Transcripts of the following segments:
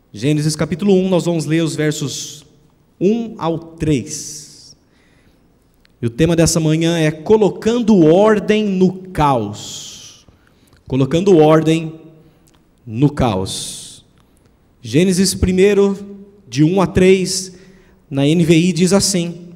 Gênesis capítulo 1, nós vamos ler os versos 1 ao 3. E o tema dessa manhã é colocando ordem no caos. Colocando ordem no caos. Gênesis 1, de 1 a 3, na NVI diz assim: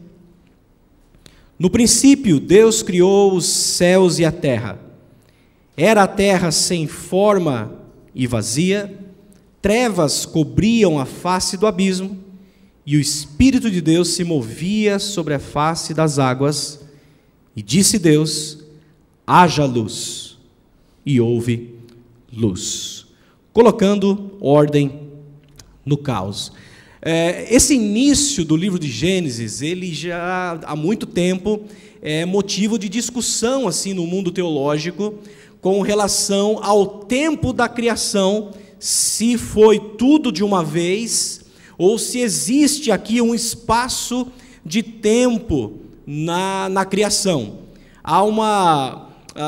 No princípio, Deus criou os céus e a terra. Era a terra sem forma e vazia, trevas cobriam a face do abismo, e o Espírito de Deus se movia sobre a face das águas. E disse Deus: haja luz, e houve luz. Colocando ordem no caos. Esse início do livro de Gênesis, ele já há muito tempo é motivo de discussão assim no mundo teológico, com relação ao tempo da criação, se foi tudo de uma vez, ou se existe aqui um espaço de tempo na criação. Há uma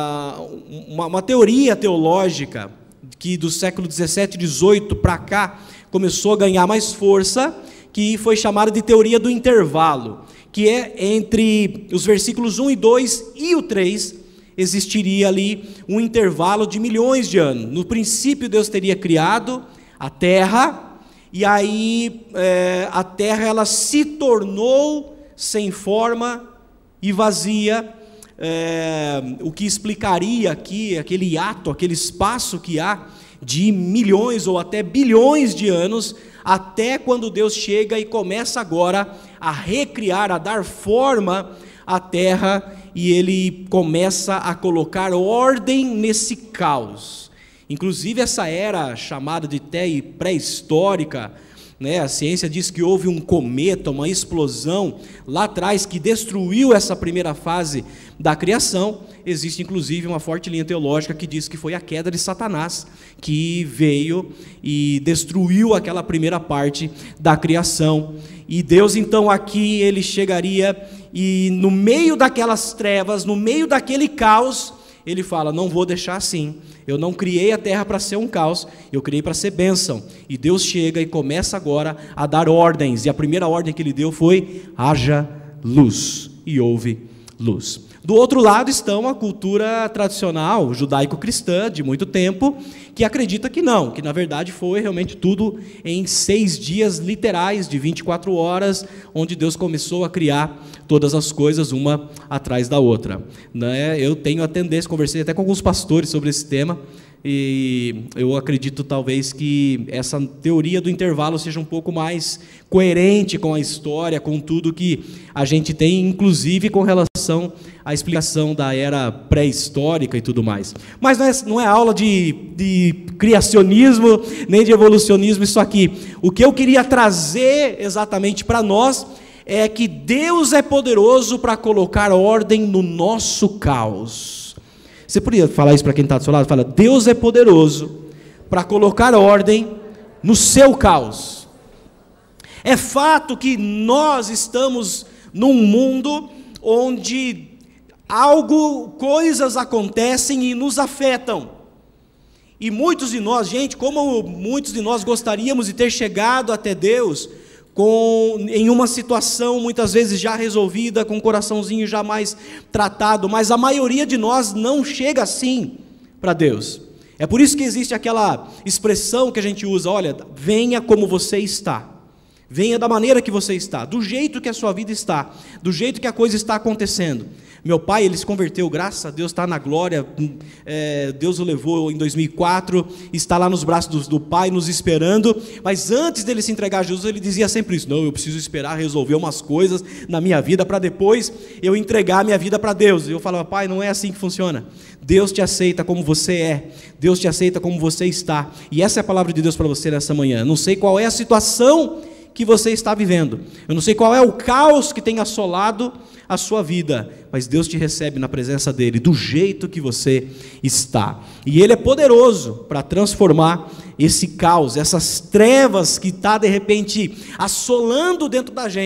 teoria teológica que do século 17 e 18 para cá começou a ganhar mais força, que foi chamada de teoria do intervalo, que é entre os versículos 1 e 2 e o 3, existiria ali um intervalo de milhões de anos. No princípio, Deus teria criado a terra, e aí a terra ela se tornou sem forma e vazia, o que explicaria aqui aquele hiato, aquele espaço que há de milhões ou até bilhões de anos, até quando Deus chega e começa agora a recriar, a dar forma à terra, e ele começa a colocar ordem nesse caos. Inclusive essa era chamada de pré-histórica, né? A ciência diz que houve um cometa, uma explosão lá atrás que destruiu essa primeira fase da criação. Existe inclusive uma forte linha teológica que diz que foi a queda de Satanás que veio e destruiu aquela primeira parte da criação. E Deus então aqui ele chegaria e no meio daquelas trevas, no meio daquele caos, ele fala: não vou deixar assim. Eu não criei a terra para ser um caos, eu criei para ser bênção. E Deus chega e começa agora a dar ordens. E a primeira ordem que ele deu foi: haja luz. E houve luz. Do outro lado estão a cultura tradicional judaico-cristã de muito tempo, que acredita que não, que na verdade foi realmente tudo em 6 dias literais de 24 horas, onde Deus começou a criar todas as coisas uma atrás da outra, né? Eu tenho a tendência, conversei até com alguns pastores sobre esse tema, e eu acredito talvez que essa teoria do intervalo seja um pouco mais coerente com a história, com tudo que a gente tem, inclusive com relação à explicação da era pré-histórica e tudo mais. Mas não é aula de criacionismo, nem de evolucionismo isso aqui. O que eu queria trazer exatamente para nós é que Deus é poderoso para colocar ordem no nosso caos. Você poderia falar isso para quem está do seu lado? Fala: Deus é poderoso para colocar ordem no seu caos. É fato que nós estamos num mundo onde coisas acontecem e nos afetam. E muitos de nós, gente, como muitos de nós gostaríamos de ter chegado até Deus em uma situação muitas vezes já resolvida, com o coraçãozinho já mais tratado, mas a maioria de nós não chega assim para Deus. É por isso que existe aquela expressão que a gente usa: olha, venha como você está, venha da maneira que você está, do jeito que a sua vida está, do jeito que a coisa está acontecendo. Meu pai, ele se converteu, graças a Deus, está na glória, Deus o levou em 2004, está lá nos braços do Pai, nos esperando, mas antes dele se entregar a Jesus, ele dizia sempre isso: não, eu preciso esperar resolver umas coisas na minha vida, para depois eu entregar a minha vida para Deus. E eu falava: pai, não é assim que funciona. Deus te aceita como você é, Deus te aceita como você está, e essa é a palavra de Deus para você nessa manhã. Eu não sei qual é a situação que você está vivendo, eu não sei qual é o caos que tem assolado a sua vida, mas Deus te recebe na presença dele, do jeito que você está, e ele é poderoso para transformar esse caos, essas trevas que está de repente assolando dentro da gente,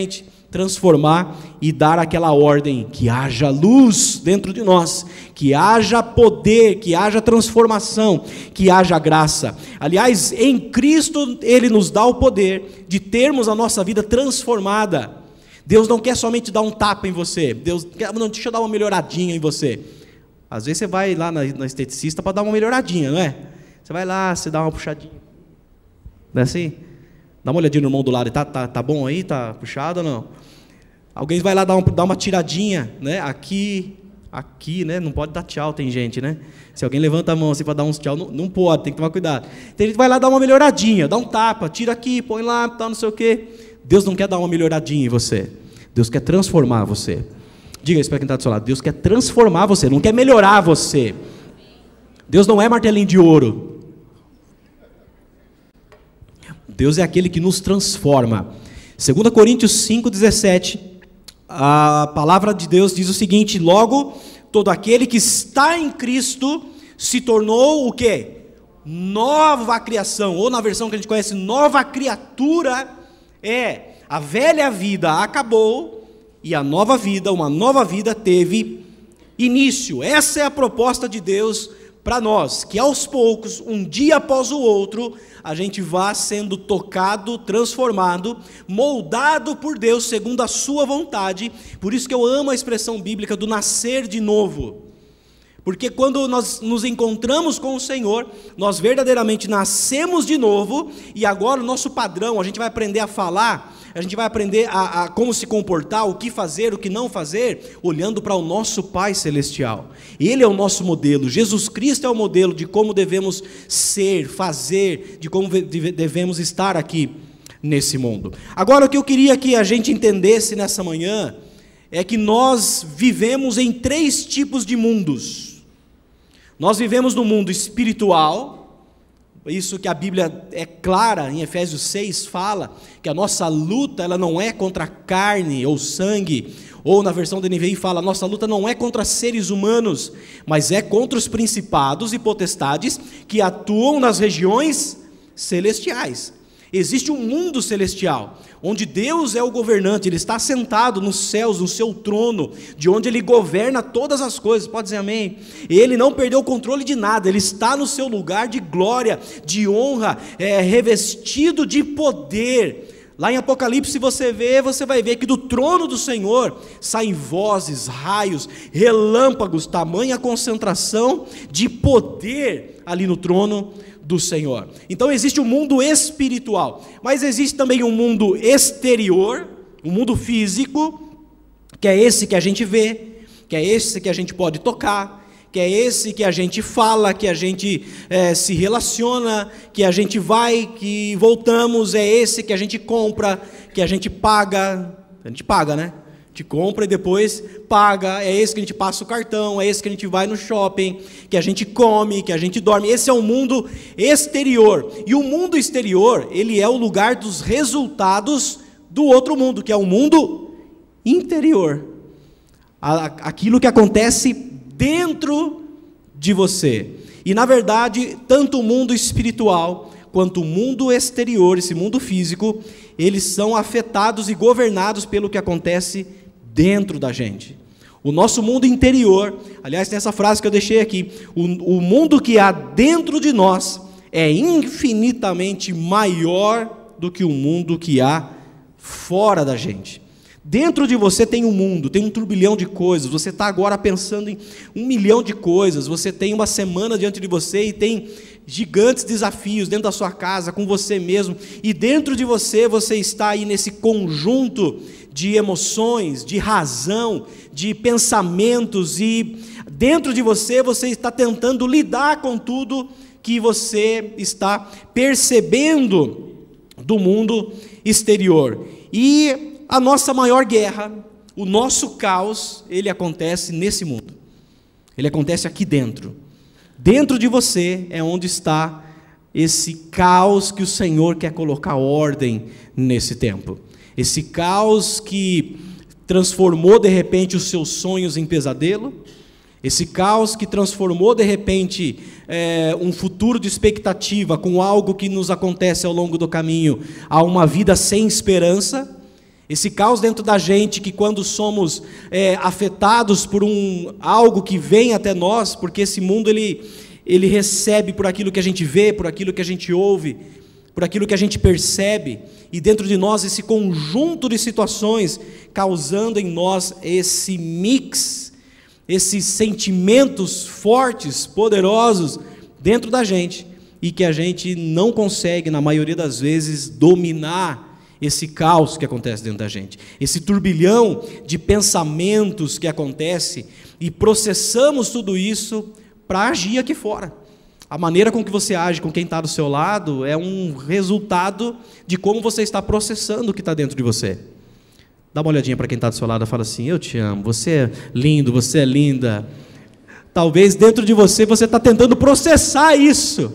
transformar e dar aquela ordem, que haja luz dentro de nós, que haja poder, que haja transformação, que haja graça. Aliás, em Cristo Ele nos dá o poder de termos a nossa vida transformada. Deus não quer somente dar um tapa em você, Deus quer, não, deixa eu dar uma melhoradinha em você. Às vezes você vai lá na esteticista para dar uma melhoradinha, não é? Você vai lá, você dá uma puxadinha, não é assim? Dá uma olhadinha no irmão do lado, tá bom aí? Tá puxado ou não? Alguém vai lá dar uma tiradinha, né? Aqui, né? Não pode dar tchau, tem gente, né? Se alguém levanta a mão assim para dar uns tchau, não pode, tem que tomar cuidado. Então a gente vai lá dar uma melhoradinha, dá um tapa, tira aqui, põe lá, tal, não sei o quê. Deus não quer dar uma melhoradinha em você. Deus quer transformar você. Diga isso para quem está do seu lado. Deus quer transformar você, não quer melhorar você. Deus não é martelinho de ouro. Deus é aquele que nos transforma. 2 Coríntios 5,17, a palavra de Deus diz o seguinte: logo, todo aquele que está em Cristo se tornou o quê? Nova criação, ou na versão que a gente conhece, nova criatura. A velha vida acabou e a nova vida, uma nova vida teve início. Essa é a proposta de Deus para nós, que aos poucos, um dia após o outro, a gente vá sendo tocado, transformado, moldado por Deus segundo a sua vontade. Por isso que eu amo a expressão bíblica do nascer de novo. Porque quando nós nos encontramos com o Senhor, nós verdadeiramente nascemos de novo, e agora o nosso padrão, a gente vai aprender a falar, a gente vai aprender a como se comportar, o que fazer, o que não fazer, olhando para o nosso Pai Celestial. Ele é o nosso modelo, Jesus Cristo é o modelo de como devemos ser, fazer, de como devemos estar aqui nesse mundo. Agora, o que eu queria que a gente entendesse nessa manhã, é que nós vivemos em 3 tipos de mundos. Nós vivemos no mundo espiritual, isso que a Bíblia é clara, em Efésios 6 fala, que a nossa luta ela não é contra carne ou sangue, ou na versão da NVI fala, a nossa luta não é contra seres humanos, mas é contra os principados e potestades que atuam nas regiões celestiais. Existe um mundo celestial, onde Deus é o governante, Ele está sentado nos céus, no seu trono, de onde Ele governa todas as coisas, pode dizer amém? Ele não perdeu o controle de nada, Ele está no seu lugar de glória, de honra, revestido de poder. Lá em Apocalipse você vai ver que do trono do Senhor saem vozes, raios, relâmpagos, tamanha concentração de poder ali no trono do Senhor. Então existe um mundo espiritual, mas existe também um mundo exterior, um mundo físico, que é esse que a gente vê, que é esse que a gente pode tocar, que é esse que a gente fala, que a gente se relaciona, que a gente vai, que voltamos, é esse que a gente compra, que a gente paga, né? A gente compra e depois paga, é esse que a gente passa o cartão, é esse que a gente vai no shopping, que a gente come, que a gente dorme. Esse é o mundo exterior. E o mundo exterior, ele é o lugar dos resultados do outro mundo, que é o mundo interior. Aquilo que acontece dentro de você. E na verdade, tanto o mundo espiritual quanto o mundo exterior, esse mundo físico, eles são afetados e governados pelo que acontece dentro da gente. O nosso mundo interior, aliás, tem essa frase que eu deixei aqui, o mundo que há dentro de nós é infinitamente maior do que o mundo que há fora da gente. Dentro de você tem um mundo, tem um turbilhão de coisas, você está agora pensando em 1 milhão de coisas, você tem uma semana diante de você e tem gigantes desafios dentro da sua casa, com você mesmo, e dentro de você, você está aí nesse conjunto de emoções, de razão, de pensamentos, e dentro de você, você está tentando lidar com tudo que você está percebendo do mundo exterior. E a nossa maior guerra, o nosso caos, ele acontece nesse mundo. Ele acontece aqui dentro. Dentro de você é onde está esse caos que o Senhor quer colocar ordem nesse tempo. Esse caos que transformou de repente os seus sonhos em pesadelo. Esse caos que transformou de repente um futuro de expectativa com algo que nos acontece ao longo do caminho a uma vida sem esperança. Esse caos dentro da gente, que quando somos afetados por algo que vem até nós, porque esse mundo ele recebe por aquilo que a gente vê, por aquilo que a gente ouve, por aquilo que a gente percebe, e dentro de nós esse conjunto de situações, causando em nós esse mix, esses sentimentos fortes, poderosos, dentro da gente, e que a gente não consegue, na maioria das vezes, dominar esse caos que acontece dentro da gente, esse turbilhão de pensamentos que acontece, e processamos tudo isso para agir aqui fora. A maneira com que você age com quem está do seu lado é um resultado de como você está processando o que está dentro de você. Dá uma olhadinha para quem está do seu lado e fala assim: eu te amo, você é lindo, você é linda. Talvez dentro de você está tentando processar isso.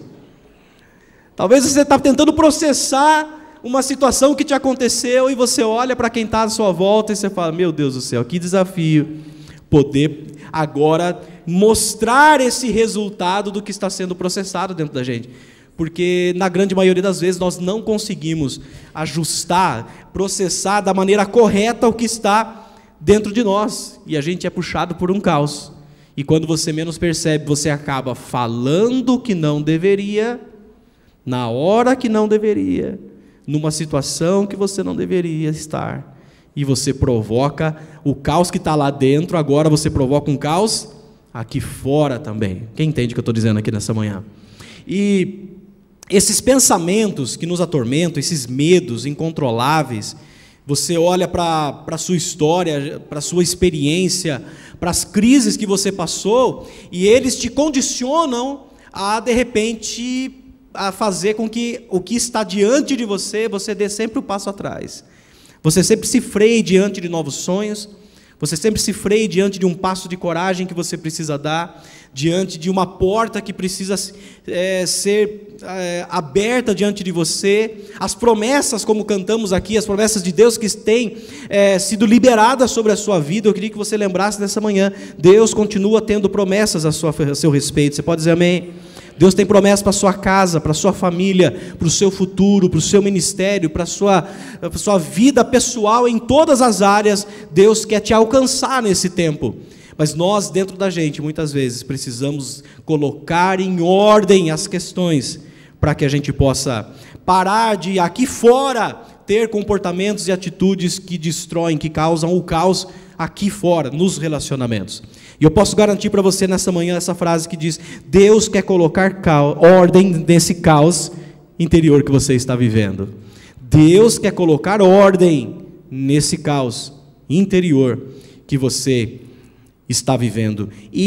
Talvez você está tentando processar uma situação que te aconteceu, e você olha para quem está à sua volta e você fala: meu Deus do céu, que desafio poder agora mostrar esse resultado do que está sendo processado dentro da gente, porque na grande maioria das vezes nós não conseguimos ajustar, processar da maneira correta o que está dentro de nós, e a gente é puxado por um caos, e quando você menos percebe, você acaba falando o que não deveria, na hora que não deveria, numa situação que você não deveria estar, e você provoca o caos que está lá dentro, agora você provoca um caos aqui fora também. Quem entende o que eu estou dizendo aqui nessa manhã? E esses pensamentos que nos atormentam, esses medos incontroláveis, você olha para a sua história, para a sua experiência, para as crises que você passou, e eles te condicionam a, de repente, a fazer com que o que está diante de você, você dê sempre um passo atrás. Você sempre se freie diante de novos sonhos, você sempre se freie diante de um passo de coragem que você precisa dar, diante de uma porta que precisa ser aberta diante de você, as promessas, como cantamos aqui, as promessas de Deus que têm sido liberadas sobre a sua vida. Eu queria que você lembrasse nessa manhã, Deus continua tendo promessas a seu respeito. Você pode dizer amém? Deus tem promessas para a sua casa, para a sua família, para o seu futuro, para o seu ministério, para a sua vida pessoal, em todas as áreas. Deus quer te alcançar nesse tempo, mas nós dentro da gente, muitas vezes, precisamos colocar em ordem as questões, para que a gente possa parar de, aqui fora, ter comportamentos e atitudes que destroem, que causam o caos aqui fora, nos relacionamentos. E eu posso garantir para você nessa manhã essa frase que diz: Deus quer colocar ordem nesse caos interior que você está vivendo. Deus quer colocar ordem nesse caos interior que você está vivendo.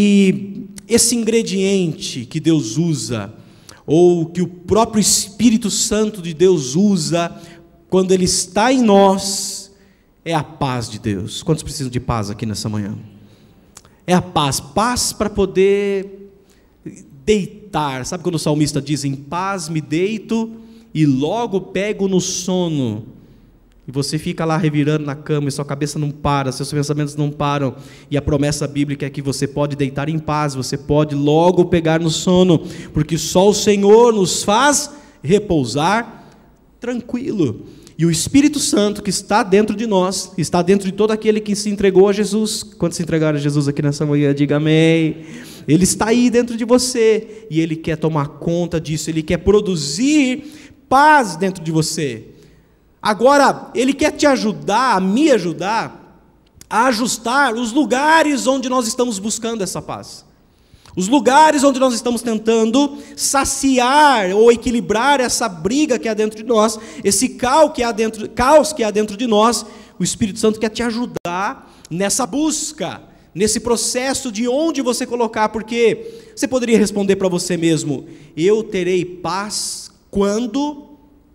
E esse ingrediente que Deus usa, ou que o próprio Espírito Santo de Deus usa, quando Ele está em nós, é a paz de Deus. Quantos precisam de paz aqui nessa manhã? É a paz, paz para poder deitar. Sabe quando o salmista diz: em paz me deito e logo pego no sono? E você fica lá revirando na cama e sua cabeça não para, seus pensamentos não param, e a promessa bíblica é que você pode deitar em paz, você pode logo pegar no sono, porque só o Senhor nos faz repousar tranquilo. E o Espírito Santo que está dentro de nós, está dentro de todo aquele que se entregou a Jesus. Quantos se entregaram a Jesus aqui nessa manhã? Diga amém. Ele está aí dentro de você, e Ele quer tomar conta disso, Ele quer produzir paz dentro de você. Agora, Ele quer te ajudar, a me ajudar, a ajustar os lugares onde nós estamos buscando essa paz. Os lugares onde nós estamos tentando saciar ou equilibrar essa briga que há dentro de nós, esse caos que há dentro de nós. O Espírito Santo quer te ajudar nessa busca, nesse processo de onde você colocar, porque você poderia responder para você mesmo: eu terei paz quando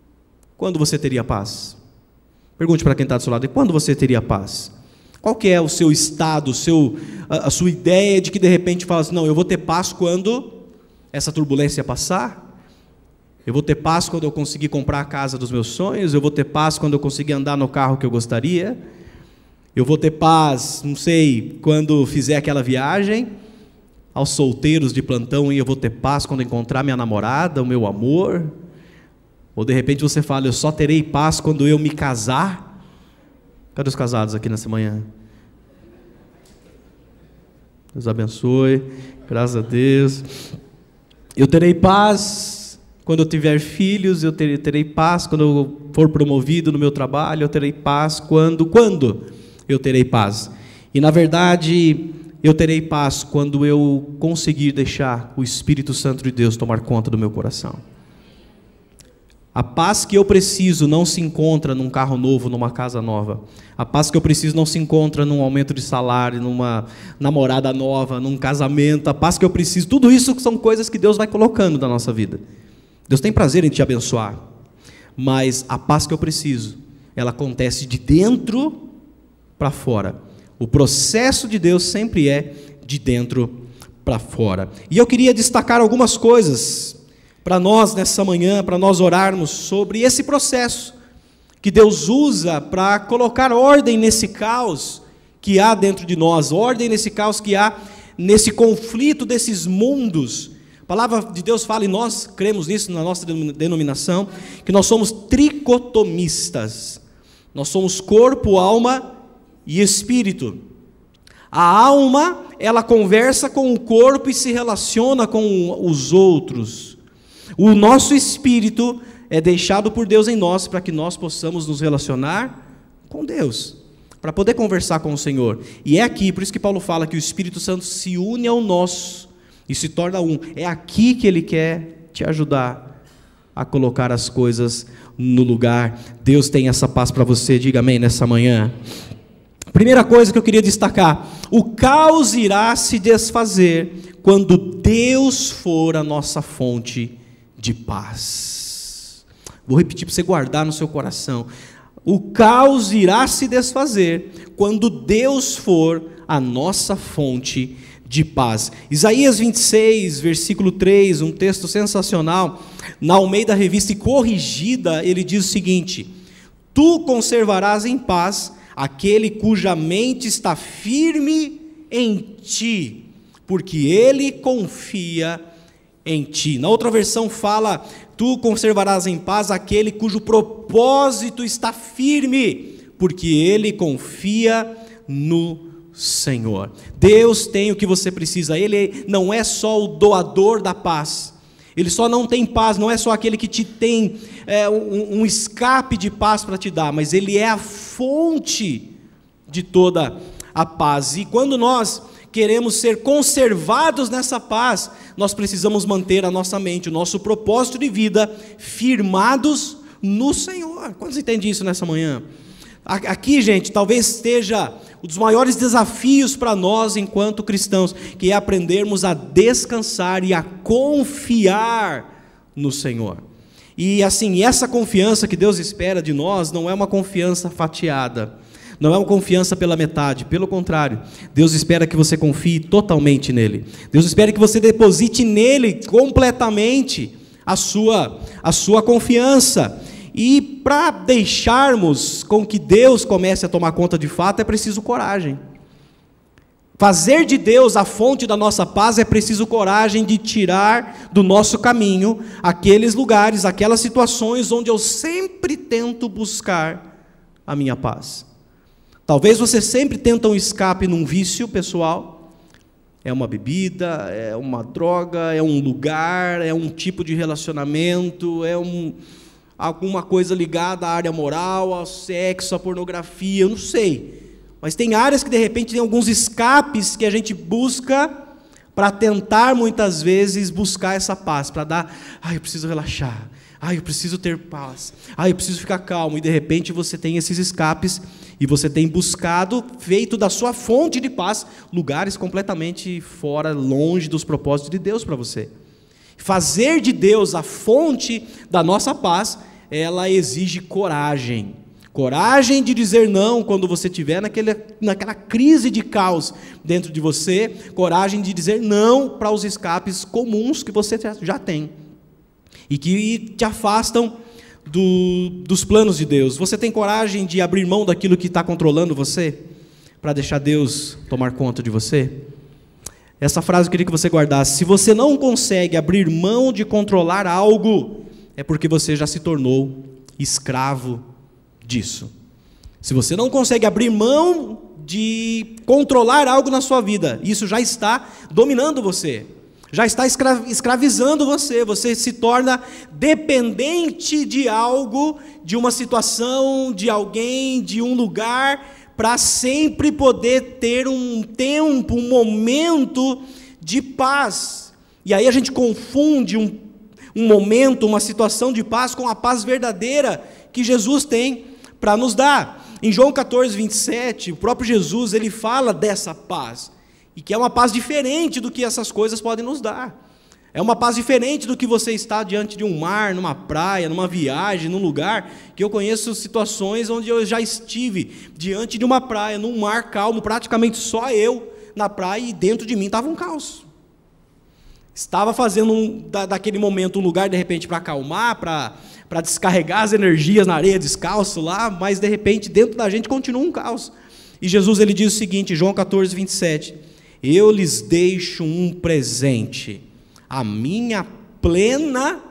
você teria paz? Pergunte para quem está do seu lado: e quando você teria paz? Qual que é o seu estado, a sua ideia de que de repente fala assim: não, eu vou ter paz quando essa turbulência passar, eu vou ter paz quando eu conseguir comprar a casa dos meus sonhos, eu vou ter paz quando eu conseguir andar no carro que eu gostaria, eu vou ter paz, não sei, quando fizer aquela viagem. Aos solteiros de plantão, e eu vou ter paz quando encontrar minha namorada, o meu amor. Ou de repente você fala: eu só terei paz quando eu me casar. Cadê os casados aqui nessa manhã? Deus abençoe, graças a Deus. Eu terei paz quando eu tiver filhos, eu terei paz quando eu for promovido no meu trabalho, eu terei paz quando eu terei paz. E na verdade, eu terei paz quando eu conseguir deixar o Espírito Santo de Deus tomar conta do meu coração. A paz que eu preciso não se encontra num carro novo, numa casa nova. A paz que eu preciso não se encontra num aumento de salário, numa namorada nova, num casamento. A paz que eu preciso, tudo isso são coisas que Deus vai colocando na nossa vida. Deus tem prazer em te abençoar, mas a paz que eu preciso, ela acontece de dentro para fora. O processo de Deus sempre é de dentro para fora. E eu queria destacar algumas coisas para nós nessa manhã, para nós orarmos sobre esse processo que Deus usa para colocar ordem nesse caos que há dentro de nós, ordem nesse caos que há nesse conflito desses mundos. A palavra de Deus fala, e nós cremos nisso na nossa denominação, que nós somos tricotomistas. Nós somos corpo, alma e espírito. A alma, ela conversa com o corpo e se relaciona com os outros. O nosso espírito é deixado por Deus em nós para que nós possamos nos relacionar com Deus, para poder conversar com o Senhor. E é aqui, por isso que Paulo fala que o Espírito Santo se une ao nosso e se torna um. É aqui que Ele quer te ajudar a colocar as coisas no lugar. Deus tem essa paz para você, diga amém nessa manhã. Primeira coisa que eu queria destacar: o caos irá se desfazer quando Deus for a nossa fonte de paz. Vou repetir para você guardar no seu coração. O caos irá se desfazer quando Deus for a nossa fonte de paz. Isaías 26, versículo 3, um texto sensacional, na Almeida Revista e Corrigida, ele diz o seguinte: tu conservarás em paz aquele cuja mente está firme em ti, porque ele confia em ti. Na outra versão fala: tu conservarás em paz aquele cujo propósito está firme, porque ele confia no Senhor. Deus tem o que você precisa. Ele não é só o doador da paz. Ele só não tem paz, não é só aquele que te tem um escape de paz para te dar, mas Ele é a fonte de toda a paz. E quando nós queremos ser conservados nessa paz, nós precisamos manter a nossa mente, o nosso propósito de vida firmados no Senhor. Quantos entendem isso nessa manhã? Aqui, gente, talvez esteja um dos maiores desafios para nós enquanto cristãos, que é aprendermos a descansar e a confiar no Senhor. E assim, essa confiança que Deus espera de nós não é uma confiança fatiada, não é uma confiança pela metade, pelo contrário, Deus espera que você confie totalmente nele. Deus espera que você deposite nele completamente a sua confiança. E para deixarmos com que Deus comece a tomar conta de fato, é preciso coragem. Fazer de Deus a fonte da nossa paz é preciso coragem de tirar do nosso caminho aqueles lugares, aquelas situações onde eu sempre tento buscar a minha paz. Talvez você sempre tenta um escape num vício pessoal, é uma bebida, é uma droga, é um lugar, é um tipo de relacionamento, alguma coisa ligada à área moral, ao sexo, à pornografia, eu não sei. Mas tem áreas que de repente tem alguns escapes que a gente busca para tentar muitas vezes buscar essa paz, para dar, eu preciso relaxar, eu preciso ter paz, eu preciso ficar calmo, e de repente você tem esses escapes, e você tem buscado, feito da sua fonte de paz, lugares completamente fora, longe dos propósitos de Deus para você. Fazer de Deus a fonte da nossa paz, ela exige coragem. Coragem de dizer não quando você estiver naquela crise de caos dentro de você. Coragem de dizer não para os escapes comuns que você já tem e que te afastam dos planos de Deus. Você tem coragem de abrir mão daquilo que está controlando você para deixar Deus tomar conta de você? Essa frase eu queria que você guardasse. Se você não consegue abrir mão de controlar algo, é porque você já se tornou escravo disso. Se você não consegue abrir mão de controlar algo na sua vida, isso já está dominando você, já está escravizando você, você se torna dependente de algo, de uma situação, de alguém, de um lugar, para sempre poder ter um tempo, um momento de paz. E aí a gente confunde um momento, uma situação de paz com a paz verdadeira que Jesus tem para nos dar. Em João 14, 27, o próprio Jesus, ele fala dessa paz, e que é uma paz diferente do que essas coisas podem nos dar. É uma paz diferente do que você está diante de um mar, numa praia, numa viagem, num lugar, que eu conheço situações onde eu já estive diante de uma praia, num mar calmo, praticamente só eu na praia, e dentro de mim estava um caos. Estava fazendo daquele momento um lugar, de repente, para acalmar, para descarregar as energias na areia descalço lá, mas de repente dentro da gente continua um caos. E Jesus, ele diz o seguinte, João 14, 27, eu lhes deixo um presente, a minha plena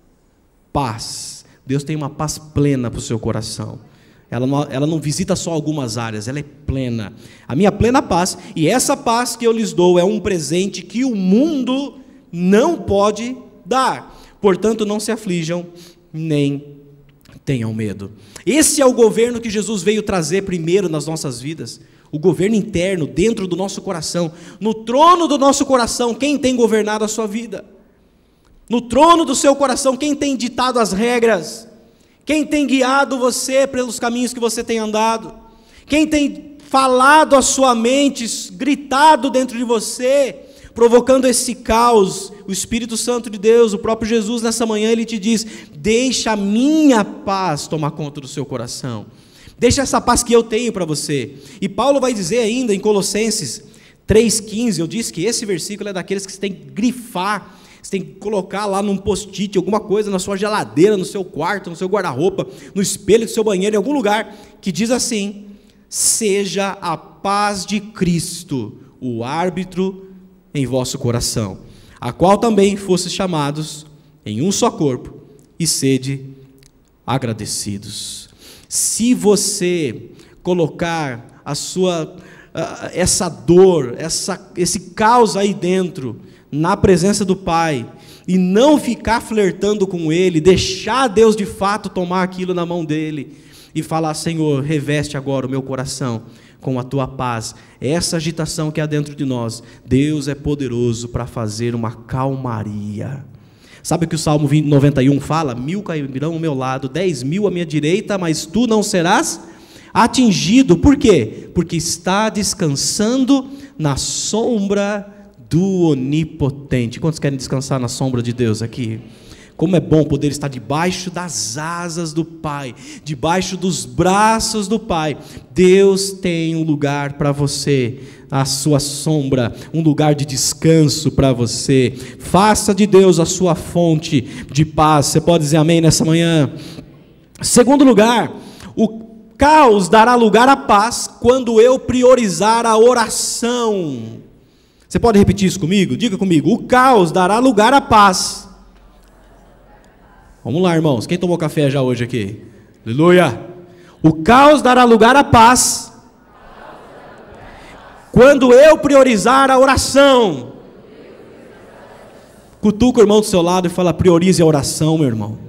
paz. Deus tem uma paz plena para o seu coração. Ela não visita só algumas áreas, ela é plena. A minha plena paz, e essa paz que eu lhes dou é um presente que o mundo não pode dar. Portanto, não se aflijam, nem tenham medo. Esse é o governo que Jesus veio trazer primeiro nas nossas vidas. O governo interno, dentro do nosso coração. No trono do nosso coração, quem tem governado a sua vida? No trono do seu coração, quem tem ditado as regras? Quem tem guiado você pelos caminhos que você tem andado? Quem tem falado a sua mente, gritado dentro de você, provocando esse caos? O Espírito Santo de Deus, o próprio Jesus, nessa manhã, ele te diz, deixa a minha paz tomar conta do seu coração. Deixa essa paz que eu tenho para você. E Paulo vai dizer ainda em Colossenses 3,15, eu disse que esse versículo é daqueles que você tem que grifar, você tem que colocar lá num post-it, alguma coisa na sua geladeira, no seu quarto, no seu guarda-roupa, no espelho do seu banheiro, em algum lugar, que diz assim, seja a paz de Cristo o árbitro em vosso coração, a qual também fostes chamados em um só corpo, e sede agradecidos. Se você colocar essa dor, esse caos aí dentro, na presença do Pai, e não ficar flertando com Ele, deixar Deus de fato tomar aquilo na mão dEle, e falar, Senhor, reveste agora o meu coração com a Tua paz, essa agitação que há dentro de nós, Deus é poderoso para fazer uma calmaria. Sabe o que o Salmo 91 fala? 1000 cairão ao meu lado, 10.000 à minha direita, mas tu não serás atingido. Por quê? Porque está descansando na sombra do Onipotente. Quantos querem descansar na sombra de Deus aqui? Como é bom poder estar debaixo das asas do Pai, debaixo dos braços do Pai. Deus tem um lugar para você, a sua sombra, um lugar de descanso para você. Faça de Deus a sua fonte de paz. Você pode dizer amém nessa manhã? Segundo lugar, o caos dará lugar à paz quando eu priorizar a oração. Você pode repetir isso comigo? Diga comigo. O caos dará lugar à paz. Vamos lá, irmãos. Quem tomou café já hoje aqui? Aleluia. O caos dará lugar à paz quando eu priorizar a oração. Cutuca o irmão do seu lado e fala, priorize a oração, meu irmão.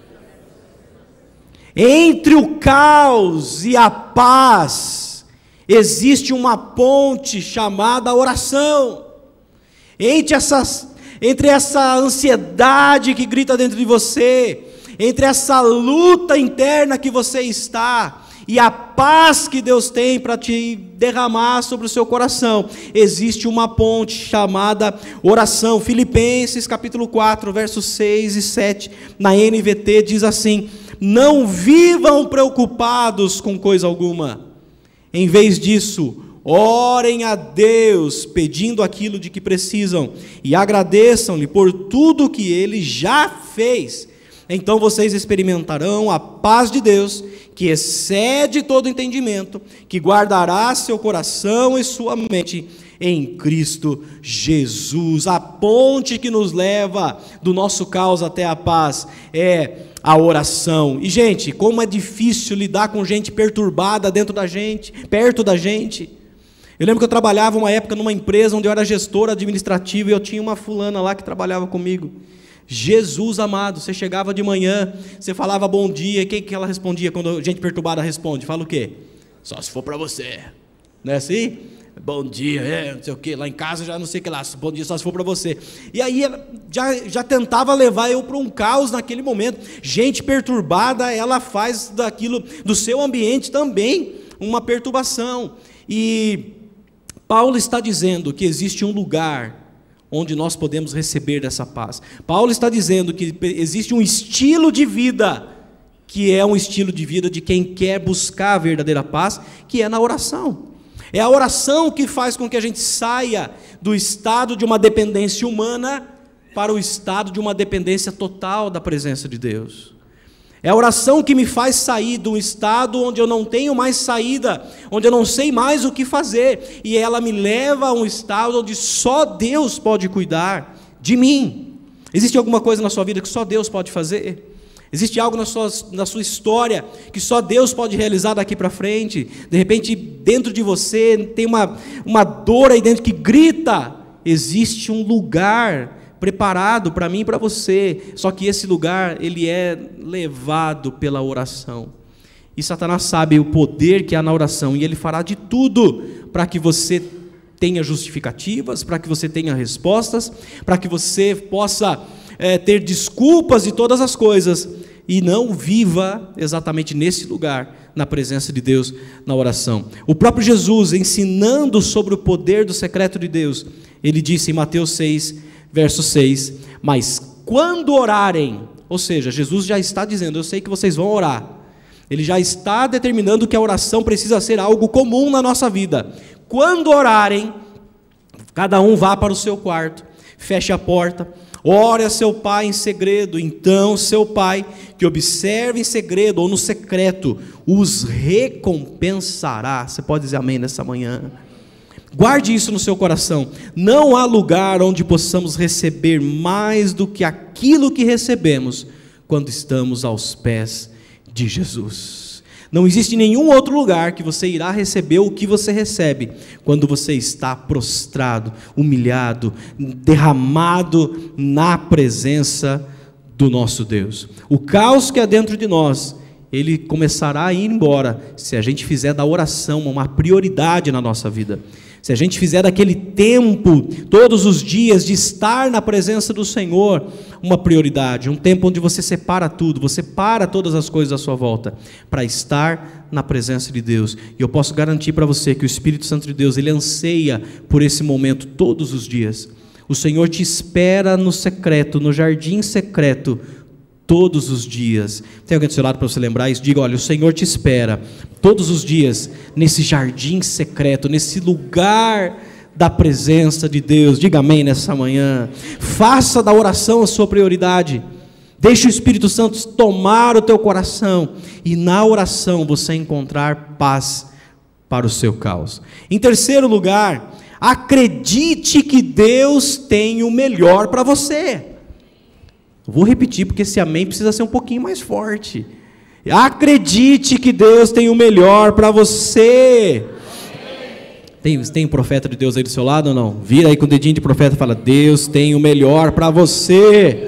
Entre o caos e a paz, existe uma ponte chamada oração. Entre essa ansiedade que grita dentro de você, entre essa luta interna que você está, e a paz que Deus tem para te derramar sobre o seu coração, existe uma ponte chamada oração. Filipenses capítulo 4, versos 6 e 7, na NVT diz assim, não vivam preocupados com coisa alguma, em vez disso, orem a Deus, pedindo aquilo de que precisam, e agradeçam-lhe por tudo que Ele já fez. Então vocês experimentarão a paz de Deus, que excede todo entendimento, que guardará seu coração e sua mente em Cristo Jesus. A ponte que nos leva do nosso caos até a paz é a oração. E, gente, como é difícil lidar com gente perturbada dentro da gente, perto da gente. Eu lembro que eu trabalhava uma época numa empresa onde eu era gestor administrativo e eu tinha uma fulana lá que trabalhava comigo. Jesus amado, você chegava de manhã, você falava bom dia, e o que ela respondia quando gente perturbada responde? Fala o quê? Só se for para você. Não é assim? Bom dia, não sei o quê, lá em casa já não sei o que lá, bom dia só se for para você. E aí ela já tentava levar eu para um caos naquele momento. Gente perturbada, ela faz daquilo, do seu ambiente também, uma perturbação. E Paulo está dizendo que existe um lugar onde nós podemos receber dessa paz. Paulo está dizendo que existe um estilo de vida, que é um estilo de vida de quem quer buscar a verdadeira paz, que é na oração. É a oração que faz com que a gente saia do estado de uma dependência humana para o estado de uma dependência total da presença de Deus. É a oração que me faz sair de um estado onde eu não tenho mais saída, onde eu não sei mais o que fazer, e ela me leva a um estado onde só Deus pode cuidar de mim. Existe alguma coisa na sua vida que só Deus pode fazer? Existe algo na sua história que só Deus pode realizar daqui para frente? De repente, dentro de você, tem uma dor aí dentro que grita. Existe um lugar preparado para mim e para você, só que esse lugar, ele é levado pela oração. E Satanás sabe o poder que há na oração, e ele fará de tudo para que você tenha justificativas, para que você tenha respostas, para que você possa ter desculpas de todas as coisas, e não viva exatamente nesse lugar, na presença de Deus, na oração. O próprio Jesus, ensinando sobre o poder do secreto de Deus, ele disse em Mateus 6, verso 6, mas quando orarem, ou seja, Jesus já está dizendo, eu sei que vocês vão orar, ele já está determinando que a oração precisa ser algo comum na nossa vida. Quando orarem, cada um vá para o seu quarto, feche a porta, ore a seu pai em segredo, então seu pai, que observa em segredo ou no secreto, os recompensará. Você pode dizer amém nessa manhã? Guarde isso no seu coração. Não há lugar onde possamos receber mais do que aquilo que recebemos quando estamos aos pés de Jesus. Não existe nenhum outro lugar que você irá receber o que você recebe quando você está prostrado, humilhado, derramado na presença do nosso Deus. O caos que há dentro de nós, ele começará a ir embora se a gente fizer da oração uma prioridade na nossa vida. Se a gente fizer daquele tempo, todos os dias, de estar na presença do Senhor, uma prioridade, um tempo onde você separa tudo, você para todas as coisas à sua volta, para estar na presença de Deus. E eu posso garantir para você que o Espírito Santo de Deus, ele anseia por esse momento todos os dias. O Senhor te espera no secreto, no jardim secreto, todos os dias. Tem alguém do seu lado para você lembrar isso? Diga, olha, o Senhor te espera todos os dias nesse jardim secreto, nesse lugar da presença de Deus. Diga amém nessa manhã. Faça da oração a sua prioridade. Deixe o Espírito Santo tomar o teu coração e na oração você encontrar paz para o seu caos. Em terceiro lugar, acredite que Deus tem o melhor para você. Vou repetir, porque esse amém precisa ser um pouquinho mais forte. Acredite que Deus tem o melhor para você. Tem um profeta de Deus aí do seu lado ou não? Vira aí com o dedinho de profeta e fala, Deus tem o melhor para você.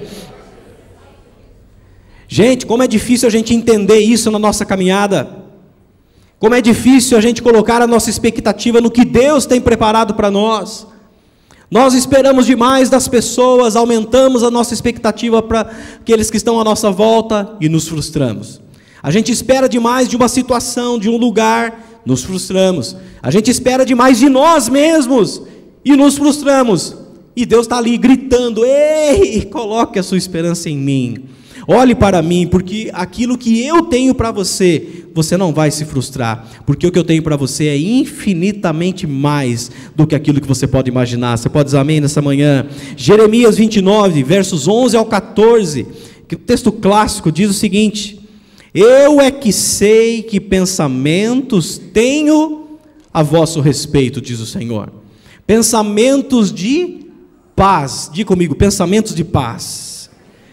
Gente, como é difícil a gente entender isso na nossa caminhada. Como é difícil a gente colocar a nossa expectativa no que Deus tem preparado para nós. Nós esperamos demais das pessoas, aumentamos a nossa expectativa para aqueles que estão à nossa volta e nos frustramos. A gente espera demais de uma situação, de um lugar, nos frustramos. A gente espera demais de nós mesmos e nos frustramos. E Deus está ali gritando, ei, coloque a sua esperança em mim. Olhe para mim, porque aquilo que eu tenho para você, você não vai se frustrar, porque o que eu tenho para você é infinitamente mais do que aquilo que você pode imaginar. Você pode dizer amém nessa manhã? Jeremias 29, versos 11 ao 14, que o texto clássico diz o seguinte, eu é que sei que pensamentos tenho a vosso respeito, diz o Senhor, pensamentos de paz, diga comigo, pensamentos de paz,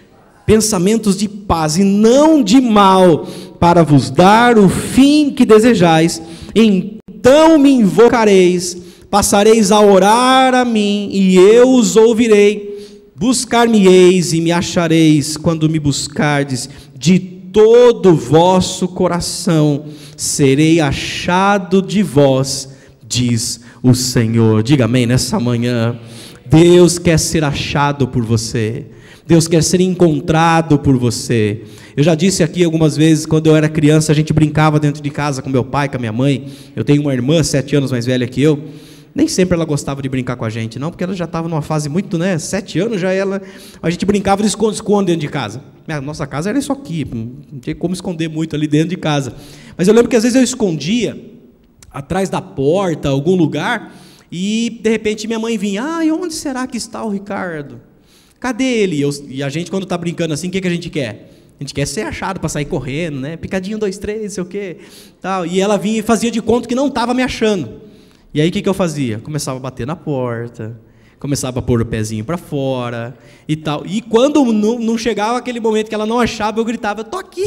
pensamentos de paz e não de mal, para vos dar o fim que desejais. Então me invocareis, passareis a orar a mim, e eu os ouvirei. Buscar-me-eis e me achareis, quando me buscardes de todo o vosso coração. Serei achado de vós, diz o Senhor. Diga amém nessa manhã. Deus quer ser achado por você. Deus quer ser encontrado por você. Eu já disse aqui algumas vezes, quando eu era criança, a gente brincava dentro de casa com meu pai, com a minha mãe. Eu tenho uma irmã 7 anos mais velha que eu. Nem sempre ela gostava de brincar com a gente, não, porque ela já estava numa fase muito, 7 anos já a gente brincava de esconde-esconde dentro de casa. A nossa casa era isso aqui, não tinha como esconder muito ali dentro de casa. Mas eu lembro que às vezes eu escondia atrás da porta, algum lugar, e de repente minha mãe vinha, e onde será que está o Ricardo? Cadê ele? E a gente, quando está brincando assim, o que a gente quer? A gente quer ser achado para sair correndo, picadinho 2, 3, não sei o quê. Tal. E ela vinha e fazia de conta que não estava me achando. E aí o que eu fazia? Começava a bater na porta, começava a pôr o pezinho para fora e tal. E quando não chegava aquele momento que ela não achava, eu gritava, estou aqui.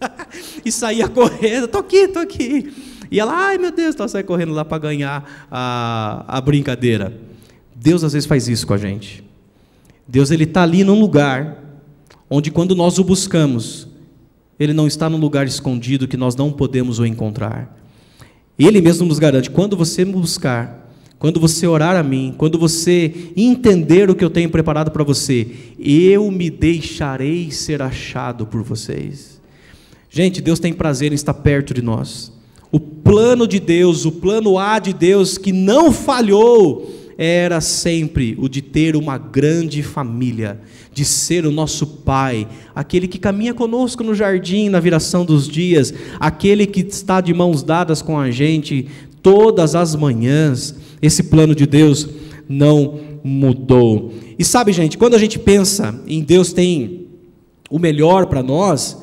E saía correndo, estou aqui. E ela, ai meu Deus, ela saia correndo lá para ganhar a brincadeira. Deus às vezes faz isso com a gente. Deus ele está ali num lugar onde quando nós o buscamos, Ele não está num lugar escondido que nós não podemos o encontrar. Ele mesmo nos garante, quando você me buscar, quando você orar a mim, quando você entender o que eu tenho preparado para você, eu me deixarei ser achado por vocês. Gente, Deus tem prazer em estar perto de nós. O plano de Deus, o plano A de Deus, que não falhou, era sempre o de ter uma grande família, de ser o nosso Pai, aquele que caminha conosco no jardim, na viração dos dias, aquele que está de mãos dadas com a gente todas as manhãs. Esse plano de Deus não mudou. E sabe, gente, quando a gente pensa em Deus tem o melhor para nós,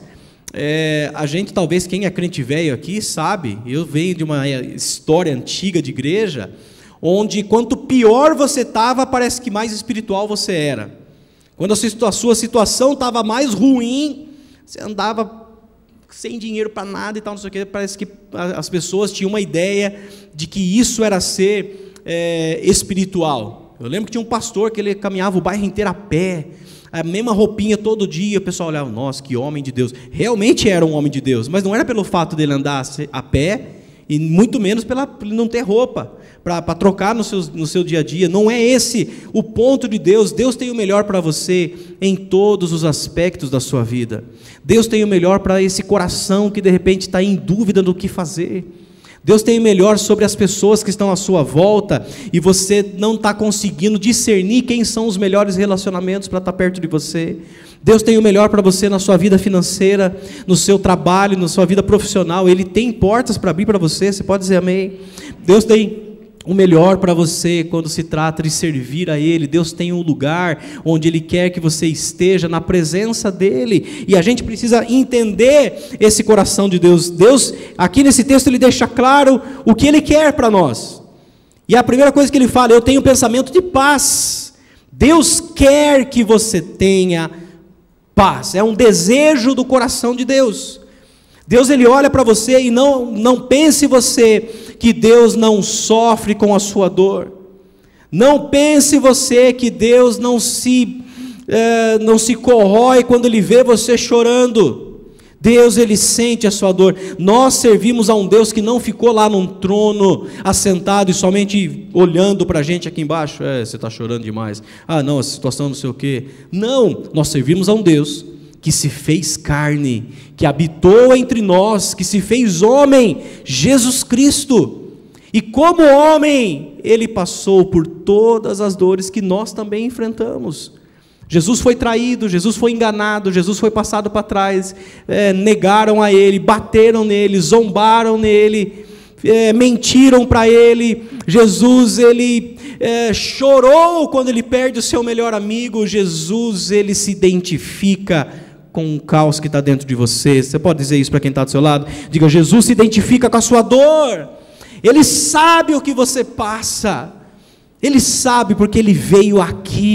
a gente, talvez quem é crente velho aqui sabe, eu venho de uma história antiga de igreja, onde quanto pior você estava, parece que mais espiritual você era. Quando a sua situação estava mais ruim, você andava sem dinheiro para nada e tal, não sei o que, parece que as pessoas tinham uma ideia de que isso era ser espiritual. Eu lembro que tinha um pastor que ele caminhava o bairro inteiro a pé, a mesma roupinha todo dia, o pessoal olhava, nossa, que homem de Deus. Realmente era um homem de Deus, mas não era pelo fato dele andar a pé, e muito menos por ele não ter roupa para trocar no seu dia a dia. Não é esse o ponto de Deus. Deus tem o melhor para você em todos os aspectos da sua vida. Deus tem o melhor para esse coração que de repente está em dúvida do que fazer. Deus tem o melhor sobre as pessoas que estão à sua volta e você não está conseguindo discernir quem são os melhores relacionamentos para estar perto de você. Deus tem o melhor para você na sua vida financeira, no seu trabalho, na sua vida profissional. Ele tem portas para abrir para você, você pode dizer amém. Deus tem o melhor para você quando se trata de servir a Ele. Deus tem um lugar onde Ele quer que você esteja na presença dEle, e a gente precisa entender esse coração de Deus. Deus, aqui nesse texto, Ele deixa claro o que Ele quer para nós, e a primeira coisa que Ele fala, eu tenho um pensamento de paz. Deus quer que você tenha paz, é um desejo do coração de Deus. Deus, Ele olha para você e não pense você que Deus não sofre com a sua dor. Não pense você que Deus não se corrói quando Ele vê você chorando. Deus, Ele sente a sua dor. Nós servimos a um Deus que não ficou lá num trono, assentado e somente olhando para a gente aqui embaixo. Você está chorando demais. Não, a situação não sei o quê. Não, nós servimos a um Deus que se fez carne, que habitou entre nós, que se fez homem, Jesus Cristo. E como homem, Ele passou por todas as dores que nós também enfrentamos. Jesus foi traído, Jesus foi enganado, Jesus foi passado para trás, negaram a Ele, bateram nele, zombaram nele, mentiram para Ele. Jesus, Ele chorou quando Ele perde o seu melhor amigo. Jesus, Ele se identifica com o caos que está dentro de você. Você pode dizer isso para quem está do seu lado? Diga, Jesus se identifica com a sua dor. Ele sabe o que você passa. Ele sabe porque Ele veio aqui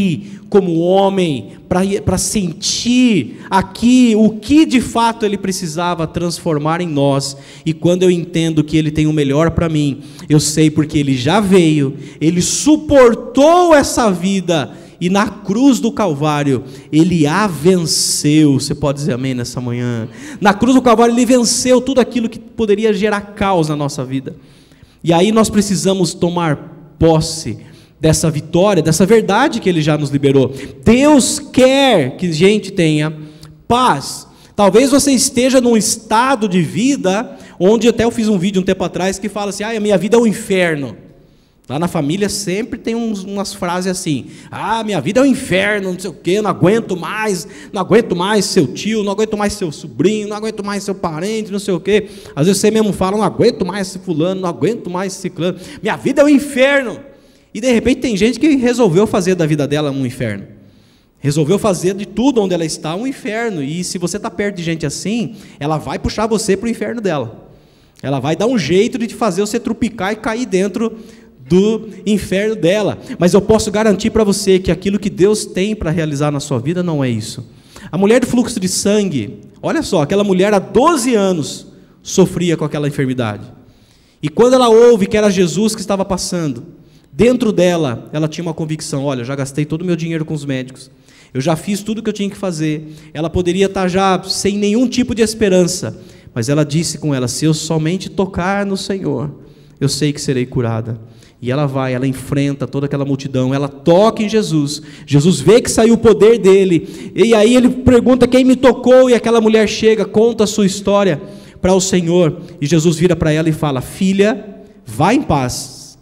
como homem, para sentir aqui o que de fato Ele precisava transformar em nós. E quando eu entendo que Ele tem o melhor para mim, eu sei porque Ele já veio, Ele suportou essa vida, e na cruz do Calvário, Ele a venceu. Você pode dizer amém nessa manhã? Na cruz do Calvário, Ele venceu tudo aquilo que poderia gerar caos na nossa vida. E aí nós precisamos tomar posse dessa vitória, dessa verdade que Ele já nos liberou. Deus quer que a gente tenha paz. Talvez você esteja num estado de vida, onde até eu fiz um vídeo um tempo atrás, que fala assim, a minha vida é um inferno. Lá na família sempre tem umas frases assim, minha vida é um inferno, não sei o quê, não aguento mais seu tio, não aguento mais seu sobrinho, não aguento mais seu parente, não sei o quê. Às vezes você mesmo fala, não aguento mais esse fulano, não aguento mais esse ciclano, minha vida é um inferno. E de repente tem gente que resolveu fazer da vida dela um inferno, resolveu fazer de tudo onde ela está um inferno. E se você está perto de gente assim, ela vai puxar você para o inferno dela, ela vai dar um jeito de fazer você trupicar e cair dentro do inferno dela. Mas eu posso garantir para você que aquilo que Deus tem para realizar na sua vida não é isso. A mulher do fluxo de sangue, olha só, aquela mulher há 12 anos sofria com aquela enfermidade, e quando ela ouve que era Jesus que estava passando, dentro dela, ela tinha uma convicção, olha, eu já gastei todo o meu dinheiro com os médicos, eu já fiz tudo o que eu tinha que fazer. Ela poderia estar já sem nenhum tipo de esperança, mas ela disse com ela, se eu somente tocar no Senhor, eu sei que serei curada. E ela vai, ela enfrenta toda aquela multidão, ela toca em Jesus, Jesus vê que saiu o poder dele, e aí ele pergunta quem me tocou, e aquela mulher chega, conta a sua história para o Senhor, e Jesus vira para ela e fala, filha, vá em paz.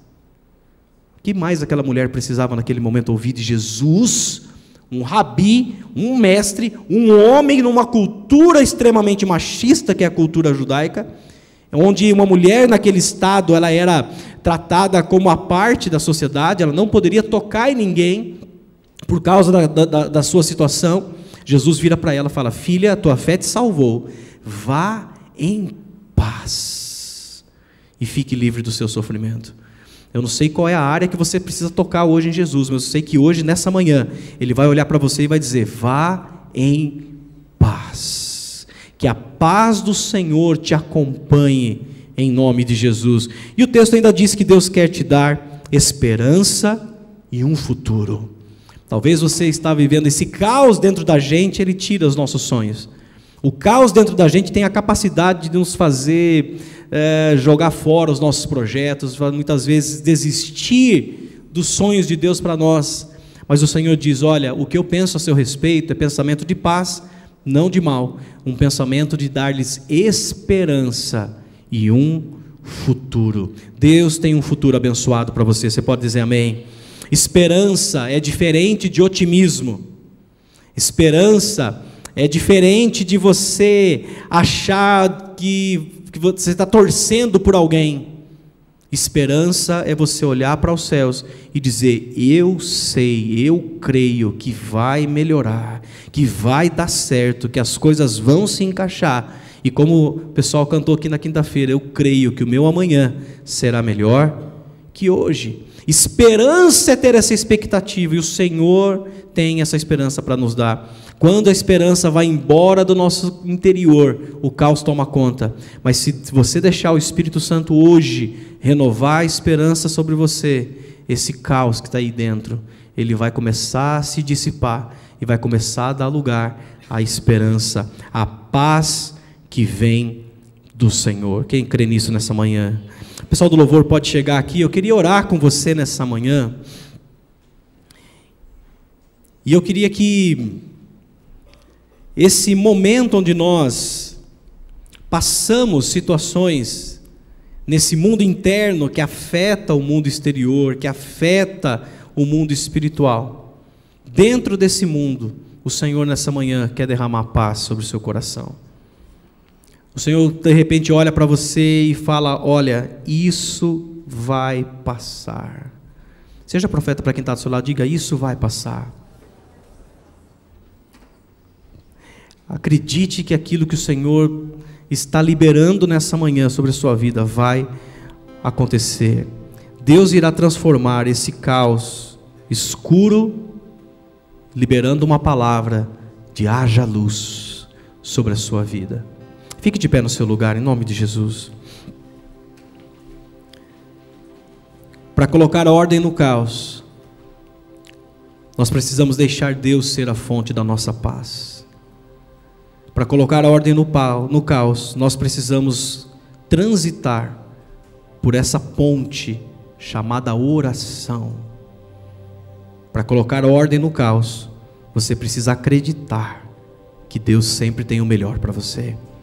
O que mais aquela mulher precisava naquele momento ouvir de Jesus, um rabi, um mestre, um homem numa cultura extremamente machista, que é a cultura judaica, onde uma mulher naquele estado, ela era tratada como a parte da sociedade, ela não poderia tocar em ninguém, por causa da sua situação. Jesus vira para ela e fala, filha, a tua fé te salvou, vá em paz, e fique livre do seu sofrimento. Eu não sei qual é a área que você precisa tocar hoje em Jesus, mas eu sei que hoje, nessa manhã, Ele vai olhar para você e vai dizer, vá em paz, que a paz do Senhor te acompanhe, em nome de Jesus. E o texto ainda diz que Deus quer te dar esperança e um futuro. Talvez você está vivendo esse caos dentro da gente, ele tira os nossos sonhos. O caos dentro da gente tem a capacidade de nos fazer jogar fora os nossos projetos, muitas vezes desistir dos sonhos de Deus para nós. Mas o Senhor diz, olha, o que eu penso a seu respeito é pensamento de paz, não de mal, um pensamento de dar-lhes esperança e um futuro. Deus tem um futuro abençoado para você, você pode dizer amém? Esperança é diferente de otimismo. Esperança é diferente de você achar que você está torcendo por alguém. Esperança é você olhar para os céus e dizer, eu sei, eu creio que vai melhorar, que vai dar certo, que as coisas vão se encaixar. E como o pessoal cantou aqui na quinta-feira, eu creio que o meu amanhã será melhor que hoje. Esperança é ter essa expectativa, e o Senhor tem essa esperança para nos dar. Quando a esperança vai embora do nosso interior, o caos toma conta. Mas se você deixar o Espírito Santo hoje renovar a esperança sobre você, esse caos que está aí dentro, ele vai começar a se dissipar e vai começar a dar lugar à esperança, à paz que vem do Senhor. Quem crê nisso nessa manhã? O pessoal do louvor pode chegar aqui. Eu queria orar com você nessa manhã, e eu queria que esse momento onde nós passamos situações nesse mundo interno que afeta o mundo exterior, que afeta o mundo espiritual, dentro desse mundo, o Senhor nessa manhã quer derramar paz sobre o seu coração. O Senhor de repente olha para você e fala, olha, isso vai passar. Seja profeta para quem está do seu lado, diga, isso vai passar. Acredite que aquilo que o Senhor está liberando nessa manhã sobre a sua vida vai acontecer. Deus irá transformar esse caos escuro liberando uma palavra de haja luz sobre a sua vida. Fique de pé no seu lugar, em nome de Jesus. Para colocar ordem no caos, nós precisamos deixar Deus ser a fonte da nossa paz. Para colocar ordem no caos, nós precisamos transitar por essa ponte chamada oração. Para colocar ordem no caos, você precisa acreditar que Deus sempre tem o melhor para você.